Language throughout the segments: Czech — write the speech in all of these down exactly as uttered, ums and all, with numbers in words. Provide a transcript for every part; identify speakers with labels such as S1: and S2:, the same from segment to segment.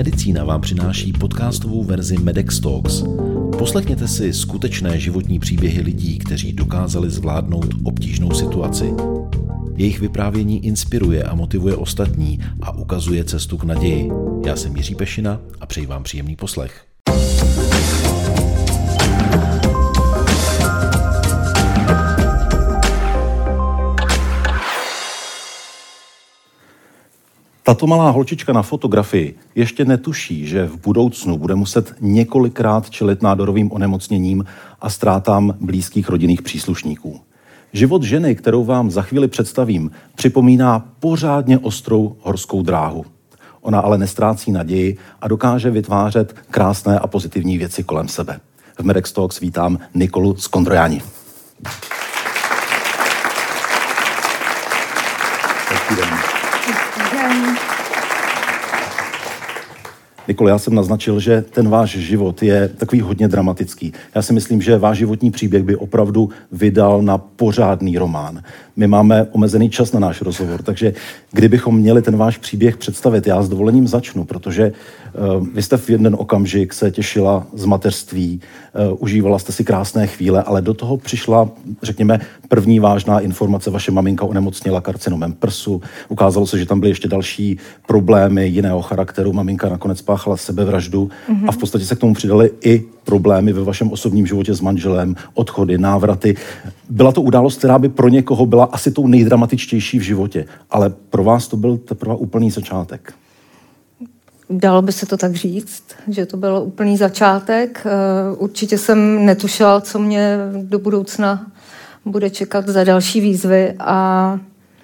S1: Medicína vám přináší podcastovou verzi Medex Talks. Poslechněte si skutečné životní příběhy lidí, kteří dokázali zvládnout obtížnou situaci. Jejich vyprávění inspiruje a motivuje ostatní a ukazuje cestu k naději. Já jsem Jiří Pešina a přeji vám příjemný poslech.
S2: Tato malá holčička na fotografii ještě netuší, že v budoucnu bude muset několikrát čelit nádorovým onemocněním a ztrátám blízkých rodinných příslušníků. Život ženy, kterou vám za chvíli představím, připomíná pořádně ostrou horskou dráhu. Ona ale nestrácí naději a dokáže vytvářet krásné a pozitivní věci kolem sebe. V Medex Talks vítám Nikolu Skondrojani. Nikolo, já jsem naznačil, že ten váš život je takový hodně dramatický. Já si myslím, že váš životní příběh by opravdu vydal na pořádný román. My máme omezený čas na náš rozhovor, takže kdybychom měli ten váš příběh představit, já s dovolením začnu, protože uh, vy jste v jeden okamžik se těšila z mateřství, uh, užívala jste si krásné chvíle, ale do toho přišla, řekněme, první vážná informace. Vaše maminka onemocněla karcinomem prsu. Ukázalo se, že tam byly ještě další problémy jiného charakteru. Maminka nakonec páchala sebevraždu mm-hmm. a v podstatě se k tomu přidaly i problémy ve vašem osobním životě s manželem, odchody, návraty. Byla to událost, která by pro někoho byla asi tou nejdramatičtější v životě, ale pro vás to byl teprve úplný začátek.
S3: Dalo by se to tak říct, že to byl úplný začátek. Určitě jsem netušila, co mě do budoucna bude čekat za další výzvy a,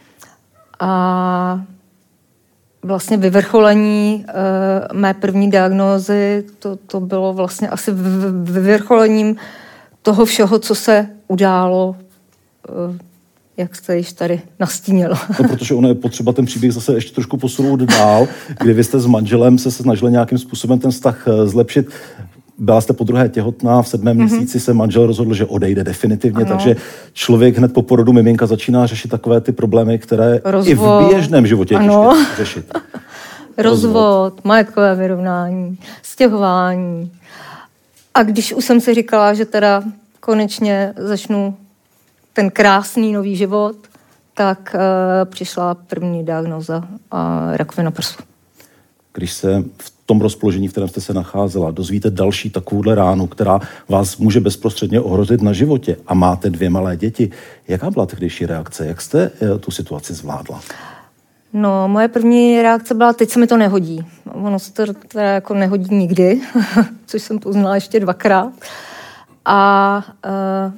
S3: a vlastně vyvrcholení uh, mé první diagnózy, to, to bylo vlastně asi vyvrcholením toho všeho, co se událo, uh, jak jste již tady nastínil.
S2: No, protože ono je potřeba ten příběh zase ještě trošku posunout dál, kdy vy jste s manželem se snažili nějakým způsobem ten vztah zlepšit. Byla jste podruhé těhotná, v sedmém mm-hmm. měsíci se manžel rozhodl, že odejde definitivně, ano. Takže člověk hned po porodu miminka začíná řešit takové ty problémy, které Rozvod. I v běžném životě je těžké řešit.
S3: Rozvod, Rozvod, majetkové vyrovnání, stěhování. A když už jsem si říkala, že teda konečně začnu ten krásný nový život, tak uh, přišla první diagnóza uh, rakovina prsu.
S2: Když se v tom rozpoložení, v kterém jste se nacházela, dozvíte další takovouhle ránu, která vás může bezprostředně ohrozit na životě a máte dvě malé děti, jaká byla tehdejší reakce? Jak jste tu situaci zvládla?
S3: No, moje první reakce byla, teď se mi to nehodí. Ono se to teda jako nehodí nikdy, což jsem poznala ještě dvakrát. A uh,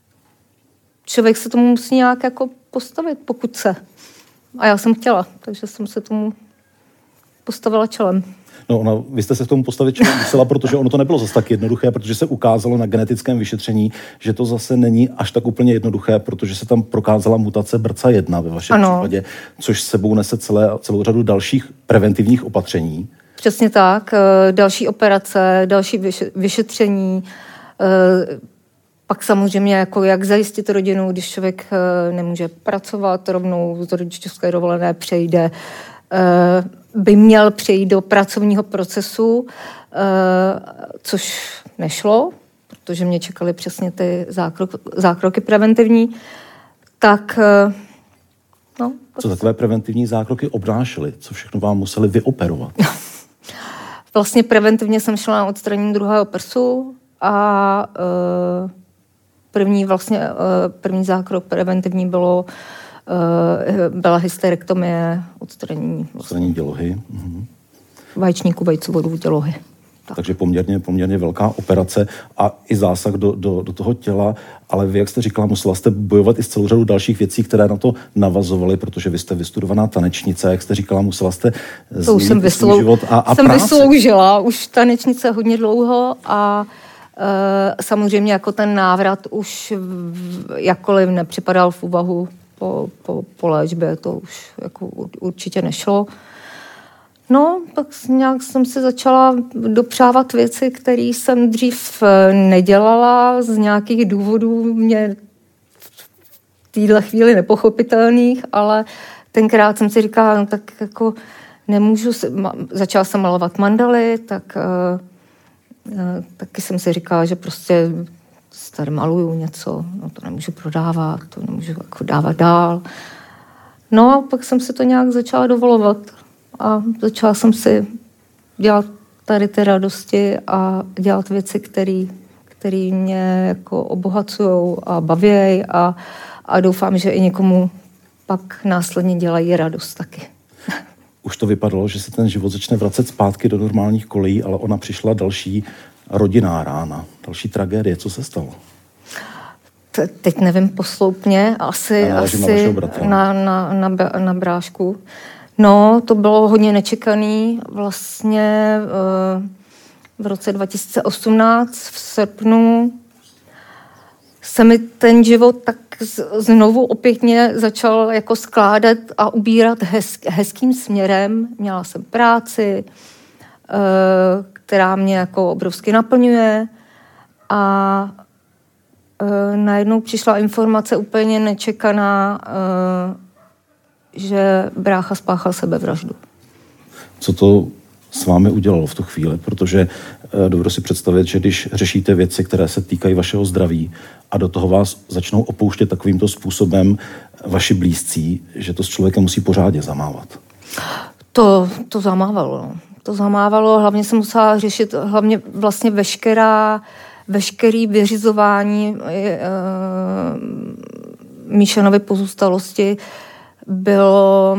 S3: člověk se tomu musí nějak jako postavit, pokud se. A já jsem chtěla, takže jsem se tomu postavila čelem.
S2: No, ona, vy jste se k tomu postavit čelem musela, protože ono to nebylo zase tak jednoduché, protože se ukázalo na genetickém vyšetření, že to zase není až tak úplně jednoduché, protože se tam prokázala mutace B R C A jedna ve vašem ano. případě, což sebou nese celé, celou řadu dalších preventivních opatření.
S3: Přesně tak. Další operace, další vyšetření, pak samozřejmě jako jak zajistit rodinu, když člověk nemůže pracovat, rovnou z rodičovské dovolené přejde, by měl přejít do pracovního procesu, což nešlo, protože mě čekaly přesně ty zákrok, zákroky preventivní, tak no.
S2: Co takové preventivní zákroky obnášely? Co všechno vám museli vyoperovat?
S3: Vlastně preventivně jsem šla na odstranění druhého prsu a první vlastně první zákrok preventivní bylo byla hysterektomie, odstranění,
S2: odstranění dělohy. Mhm.
S3: Vaječníku, vejcovodů, dělohy.
S2: Tak. Takže poměrně, poměrně velká operace a i zásah do, do, do toho těla, ale vy, jak jste říkala, musela jste bojovat i s celou řadou dalších věcí, které na to navazovaly, protože vy jste vystudovaná tanečnice, jak jste říkala, musela jste změnit
S3: jsem vyslou... život a, a jsem
S2: práci.
S3: vysloužila už tanečnice hodně dlouho a e, samozřejmě jako ten návrat už v, jakkoliv nepřipadal v úvahu po, po, po léčbě, to už jako určitě nešlo. No, pak nějak jsem si začala dopřávat věci, které jsem dřív nedělala, z nějakých důvodů mě v téhle chvíli nepochopitelných, ale tenkrát jsem si říkala, no tak jako nemůžu, začala jsem malovat mandaly, tak uh, uh, taky jsem si říkala, že prostě tady maluju něco, no to nemůžu prodávat, to nemůžu jako dávat dál. No a pak jsem si to nějak začala dovolovat a začala jsem si dělat tady ty radosti a dělat věci, které mě jako obohacují a baví a, a doufám, že i někomu pak následně dělají radost taky.
S2: Už to vypadalo, že se ten život začne vracet zpátky do normálních kolejí, ale ona přišla další rodinná rána, další tragédie. Co se stalo?
S3: Te, teď nevím posloupně, asi, asi na, na, na, na brášku. No, to bylo hodně nečekaný. Vlastně v roce dva tisíce osmnáct v srpnu se mi ten život tak znovu opětně začal jako skládat a ubírat hezk, hezkým směrem. Měla jsem práci, která mě jako obrovsky naplňuje a najednou přišla informace úplně nečekaná, že brácha spáchal sebevraždu.
S2: Co to s vámi udělalo v tu chvíli? Protože dovedu si představit, že když řešíte věci, které se týkají vašeho zdraví a do toho vás začnou opouštět takovýmto způsobem vaši blízcí, že to s člověkem musí pořádně zamávat. To,
S3: to zamávalo. To zamávalo, hlavně jsem musela řešit hlavně vlastně veškerá, veškerý vyřizování e, Míšanovy pozůstalosti bylo,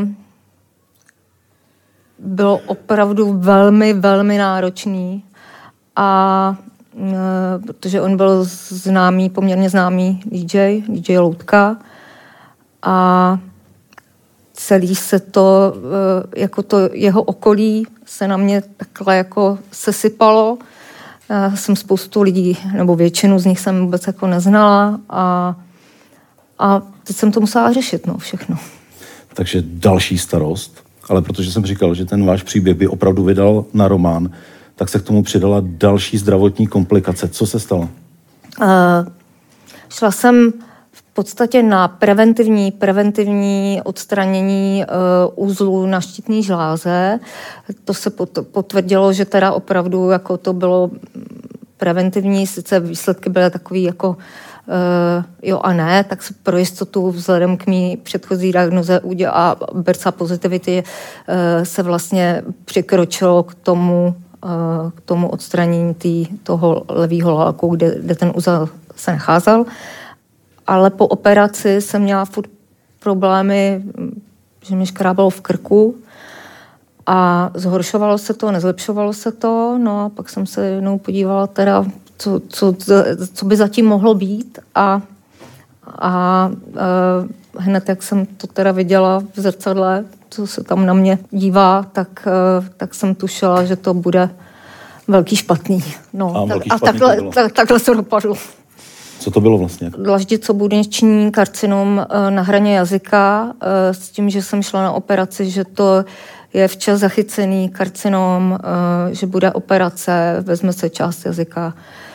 S3: bylo opravdu velmi, velmi náročný. A e, protože on byl známý, poměrně známý dý džej, dý džej Loutka. A celý se to, e, jako to jeho okolí se na mě takhle jako sesypalo. Já jsem spoustu lidí, nebo většinu z nich jsem vůbec jako neznala a, a teď jsem to musela řešit, no, všechno.
S2: Takže další starost, ale protože jsem říkal, že ten váš příběh by opravdu vydal na román, tak se k tomu přidala další zdravotní komplikace. Co se stalo?
S3: Uh, šla jsem v podstatě na preventivní, preventivní odstranění uh, uzlu na štítné žláze. To se potvrdilo, že teda opravdu jako to bylo preventivní, sice výsledky byly takový jako uh, jo a ne, tak se pro jistotu vzhledem k mý předchozí diagnoze a BRCA pozitivity uh, se vlastně přikročilo k tomu, uh, k tomu odstranění tý, toho levýho lálku, kde, kde ten uzel se nacházel. Ale po operaci jsem měla furt problémy, že mě škrábalo v krku a zhoršovalo se to, nezlepšovalo se to, no a pak jsem se jednou podívala teda, co, co, co by zatím mohlo být a, a uh, hned jak jsem to teda viděla v zrcadle, co se tam na mě dívá, tak, uh, tak jsem tušila, že to bude velký špatný. No,
S2: a,
S3: tak, a takhle, tak, takhle se dopadlo.
S2: Co to bylo vlastně?
S3: Dlaždicobuněční karcinom na hraně jazyka s tím, že jsem šla na operaci, že to je včas zachycený karcinom, že bude operace, vezme se část jazyka.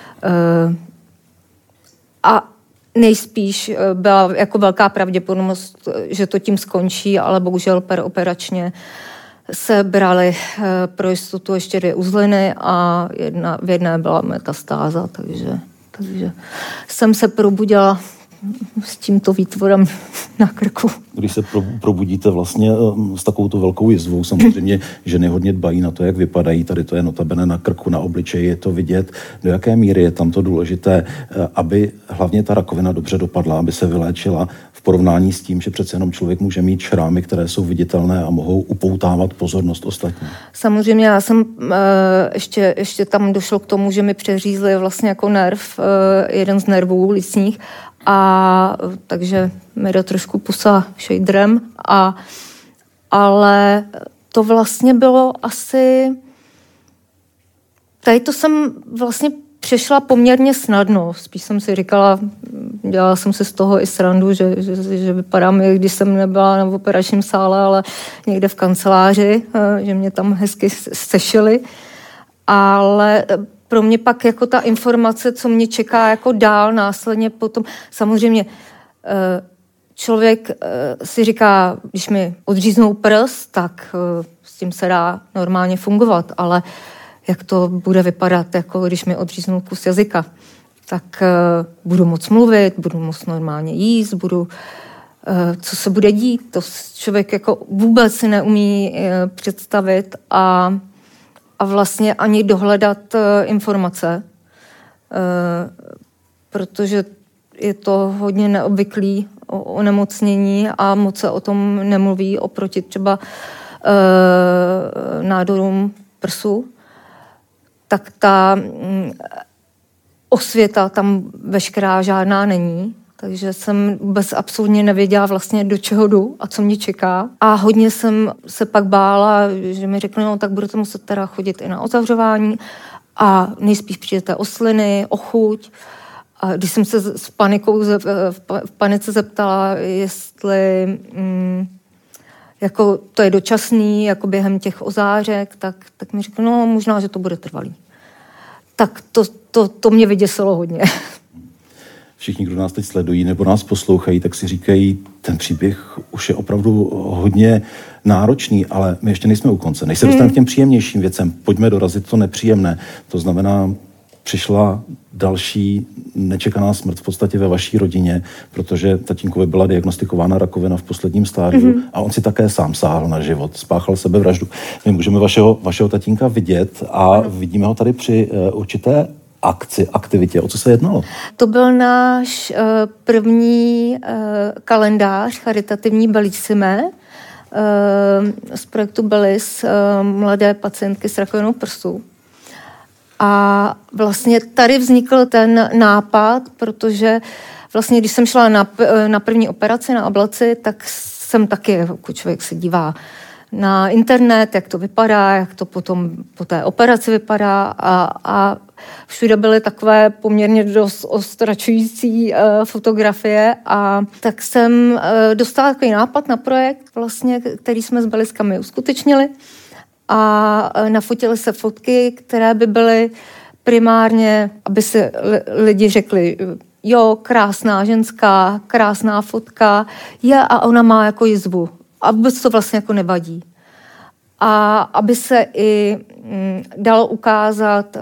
S3: A nejspíš byla jako velká pravděpodobnost, že to tím skončí, ale bohužel peroperačně se brali pro jistotu ještě dvě uzliny a jedna, v jedné byla metastáza, takže... Takže jsem se probudila s tímto výtvorem na krku.
S2: Když se probudíte vlastně s takovouto velkou jizvou, samozřejmě ženy hodně dbají na to, jak vypadají. Tady to je notabene na krku, na obličeji, je to vidět. Do jaké míry je tam to důležité, aby hlavně ta rakovina dobře dopadla, aby se vyléčila v porovnání s tím, že přece jenom člověk může mít šrámy, které jsou viditelné a mohou upoutávat pozornost ostatních.
S3: Samozřejmě já jsem ještě, ještě tam došlo k tomu, že mi přeřízli vlastně jako nerv, jeden z nervů lícních, a takže mi jde trošku pusa šejdrem, a, ale to vlastně bylo asi... Tady to jsem vlastně přešla poměrně snadno. Spíš jsem si říkala, dělala jsem si z toho i srandu, že, že, že vypadám, když jsem nebyla na operačním sále, ale někde v kanceláři, že mě tam hezky sešili. Ale pro mě pak jako ta informace, co mě čeká jako dál následně potom, samozřejmě člověk si říká, když mi odříznou prst, tak s tím se dá normálně fungovat, ale jak to bude vypadat, jako když mi odříznou kus jazyka, tak budu moc mluvit, budu moc normálně jíst, budu, co se bude dít, to člověk jako vůbec si neumí představit a, a vlastně ani dohledat informace, protože je to hodně neobvyklý onemocnění a moc se o tom nemluví oproti třeba e, nádorům prsu, tak ta mm, osvěta tam veškerá žádná není. Takže jsem vůbec absolutně nevěděla vlastně, do čeho jdu a co mě čeká. A hodně jsem se pak bála, že mi řekli, no tak budete muset teda chodit i na otavřování a nejspíš přijdete o sliny, o chuť. A když jsem se s panikou, v panice zeptala, jestli mm, jako to je dočasný, jako během těch ozářek, tak, tak mi řekl, no možná, že to bude trvalý. Tak to, to, to mě vyděsilo hodně.
S2: Všichni, kdo nás teď sledují nebo nás poslouchají, tak si říkají, ten příběh už je opravdu hodně náročný, ale my ještě nejsme u konce. Než se dostaneme k těm příjemnějším věcem, pojďme dorazit to nepříjemné. To znamená, přišla další nečekaná smrt v podstatě ve vaší rodině, protože tatínkovi byla diagnostikována rakovina v posledním stádiu mm-hmm. a on si také sám sáhl na život, spáchal sebevraždu. My můžeme vašeho, vašeho tatínka vidět a ano. vidíme ho tady při uh, určité akci, aktivitě. O co se jednalo?
S3: To byl náš uh, první uh, kalendář charitativní Bellissime uh, z projektu Bellis uh, mladé pacientky s rakovinou prsu. A vlastně tady vznikl ten nápad, protože vlastně, když jsem šla na, na první operaci, na ablaci, tak jsem taky, jako člověk se dívá na internet, jak to vypadá, jak to potom po té operaci vypadá a, a všude byly takové poměrně dost ostračující uh, fotografie a tak jsem uh, dostala takový nápad na projekt, vlastně, který jsme s Belliskami uskutečnili. A nafotily se fotky, které by byly primárně, aby si lidi řekli, jo, krásná ženská, krásná fotka, je a ona má jako jizvu. A vůbec to vlastně jako nevadí. A aby se i m, dalo ukázat, e,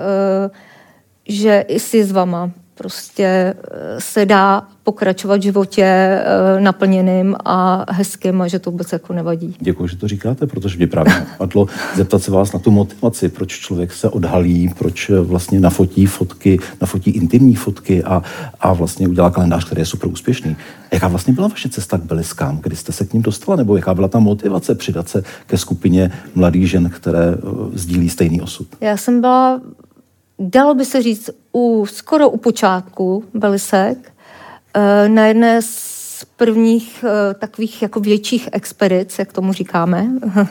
S3: že i s jizvama prostě se dá pokračovat v životě naplněným a hezkým a že to vůbec jako nevadí.
S2: Děkuji, že to říkáte, protože mě právě napadlo zeptat se vás na tu motivaci, proč člověk se odhalí, proč vlastně nafotí fotky, nafotí intimní fotky a, a vlastně udělá kalendář, který je super úspěšný. Jaká vlastně byla vaše cesta k Belliskám, kdy jste se k ním dostala, nebo jaká byla ta motivace přidat se ke skupině mladých žen, které sdílí stejný osud?
S3: Já jsem byla, dalo by se říct, u, skoro u počátku Bellisek, na jedné z prvních takových jako větších expedic, jak tomu říkáme.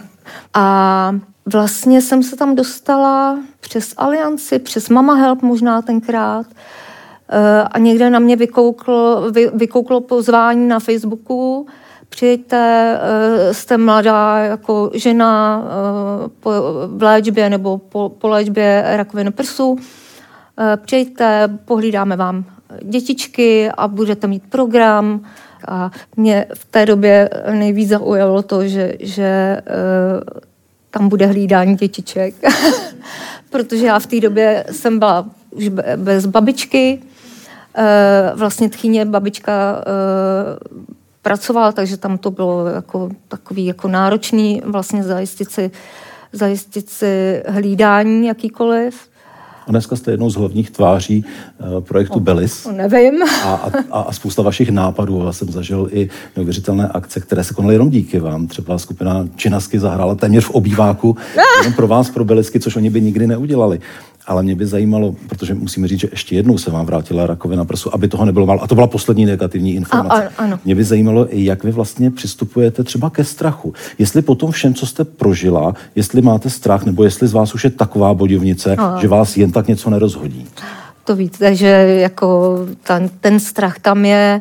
S3: A vlastně jsem se tam dostala přes Alianci, přes Mama Help možná tenkrát a někde na mě vykouklo, vy, vykouklo pozvání na Facebooku. Přijďte, jste mladá jako žena po, v léčbě nebo po, po léčbě rakoviny prsu. Přijďte, pohlídáme vám dětičky a budete mít program. A mě v té době nejvíc zaujalo to, že, že uh, tam bude hlídání dětiček. Protože já v té době jsem byla už bez babičky. Uh, vlastně tchýně babička uh, pracovala, takže tam to bylo jako takový jako náročný vlastně zajistit si, zajistit si hlídání jakýkoliv.
S2: A dneska jste jednou z hlavních tváří uh, projektu oh, Bellis.
S3: Nevím.
S2: A, a, a spousta vašich nápadů. Já jsem zažil i neuvěřitelné akce, které se konaly jenom díky vám. Třeba skupina Činasky zahrála téměř v obýváku jenom pro vás, pro Bellisky, což oni by nikdy neudělali. Ale mě by zajímalo, protože musíme říct, že ještě jednou se vám vrátila rakovina prsu, aby toho nebylo málo. A to byla poslední negativní informace.
S3: A, a, ano.
S2: Mě by zajímalo, jak vy vlastně přistupujete třeba ke strachu. Jestli po tom všem, co jste prožila, jestli máte strach, nebo jestli z vás už je taková bodivnice, a. že vás jen tak něco nerozhodí.
S3: To víte, že jako ten, ten strach tam je,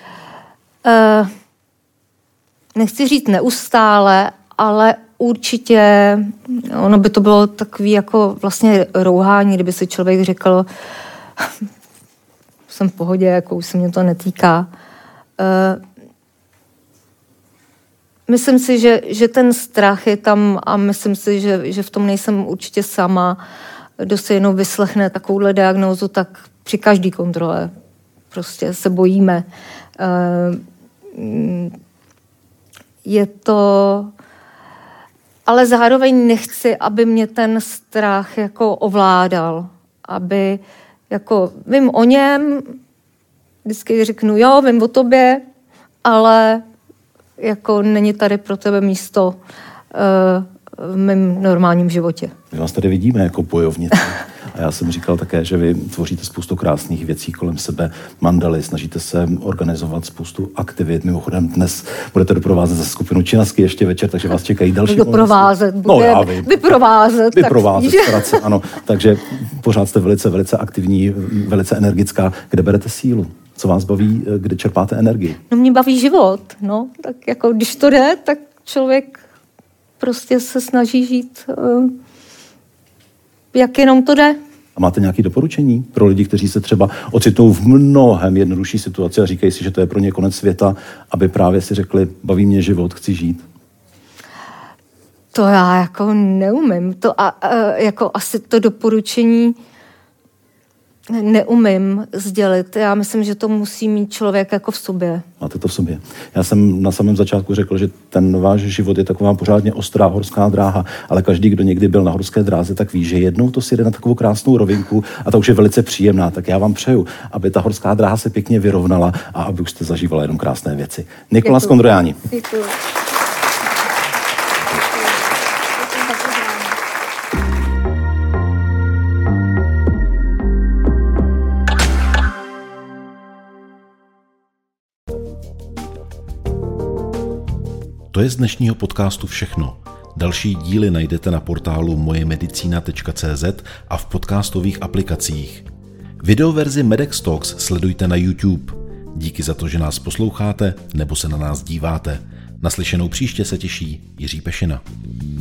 S3: uh, nechci říct neustále, ale určitě, ono by to bylo takový jako vlastně rouhání, kdyby si člověk řekl, jsem v pohodě, jako už se mě to netýká. myslím si, že, že ten strach je tam a myslím si, že, že v tom nejsem určitě sama. Kdo se jenom vyslechne takovouhle diagnózu, tak při každé kontrole prostě se bojíme. Je to... Ale zároveň nechci, aby mě ten strach jako ovládal. Aby jako vím o něm, vždycky řeknu, jo, vím o tobě, ale jako není tady pro tebe místo uh, v mém normálním životě.
S2: My vás tady vidíme jako bojovnice. A já jsem říkal také, že vy tvoříte spoustu krásných věcí kolem sebe, mandaly, snažíte se organizovat spoustu aktivit. Mimochodem dnes budete doprovázet za skupinu Činasky ještě večer, takže vás čekají další...
S3: Doprovázet,
S2: no, já vím.
S3: Vyprovázet.
S2: Vyprovázet, práce, ano. Takže pořád jste velice, velice aktivní, velice energická. Kde berete sílu? Co vás baví, kde čerpáte energii?
S3: No mě baví život, no. Tak jako když to jde, tak člověk prostě se snaží žít, uh, jak jenom to jde.
S2: A máte nějaké doporučení pro lidi, kteří se třeba ocitnou v mnohem jednodušší situaci a říkají si, že to je pro ně konec světa, aby právě si řekli, baví mě život, chci žít?
S3: To já jako neumím. To a, a, jako asi to doporučení neumím sdělit. Já myslím, že to musí mít člověk jako v sobě.
S2: Máte to v sobě. Já jsem na samém začátku řekl, že ten váš život je taková pořádně ostrá horská dráha, ale každý, kdo někdy byl na horské dráze, tak ví, že jednou to si jde na takovou krásnou rovinku a ta už je velice příjemná. Tak já vám přeju, aby ta horská dráha se pěkně vyrovnala a aby už jste zažívala jenom krásné věci. Nikola Skondrojáni.
S3: Děkuji.
S1: To je z dnešního podcastu všechno. Další díly najdete na portálu mojemedicina tečka cé zet a v podcastových aplikacích. Videoverzi Medex Talks sledujte na YouTube. Díky za to, že nás posloucháte nebo se na nás díváte. Naslyšenou příště se těší Jiří Pešina.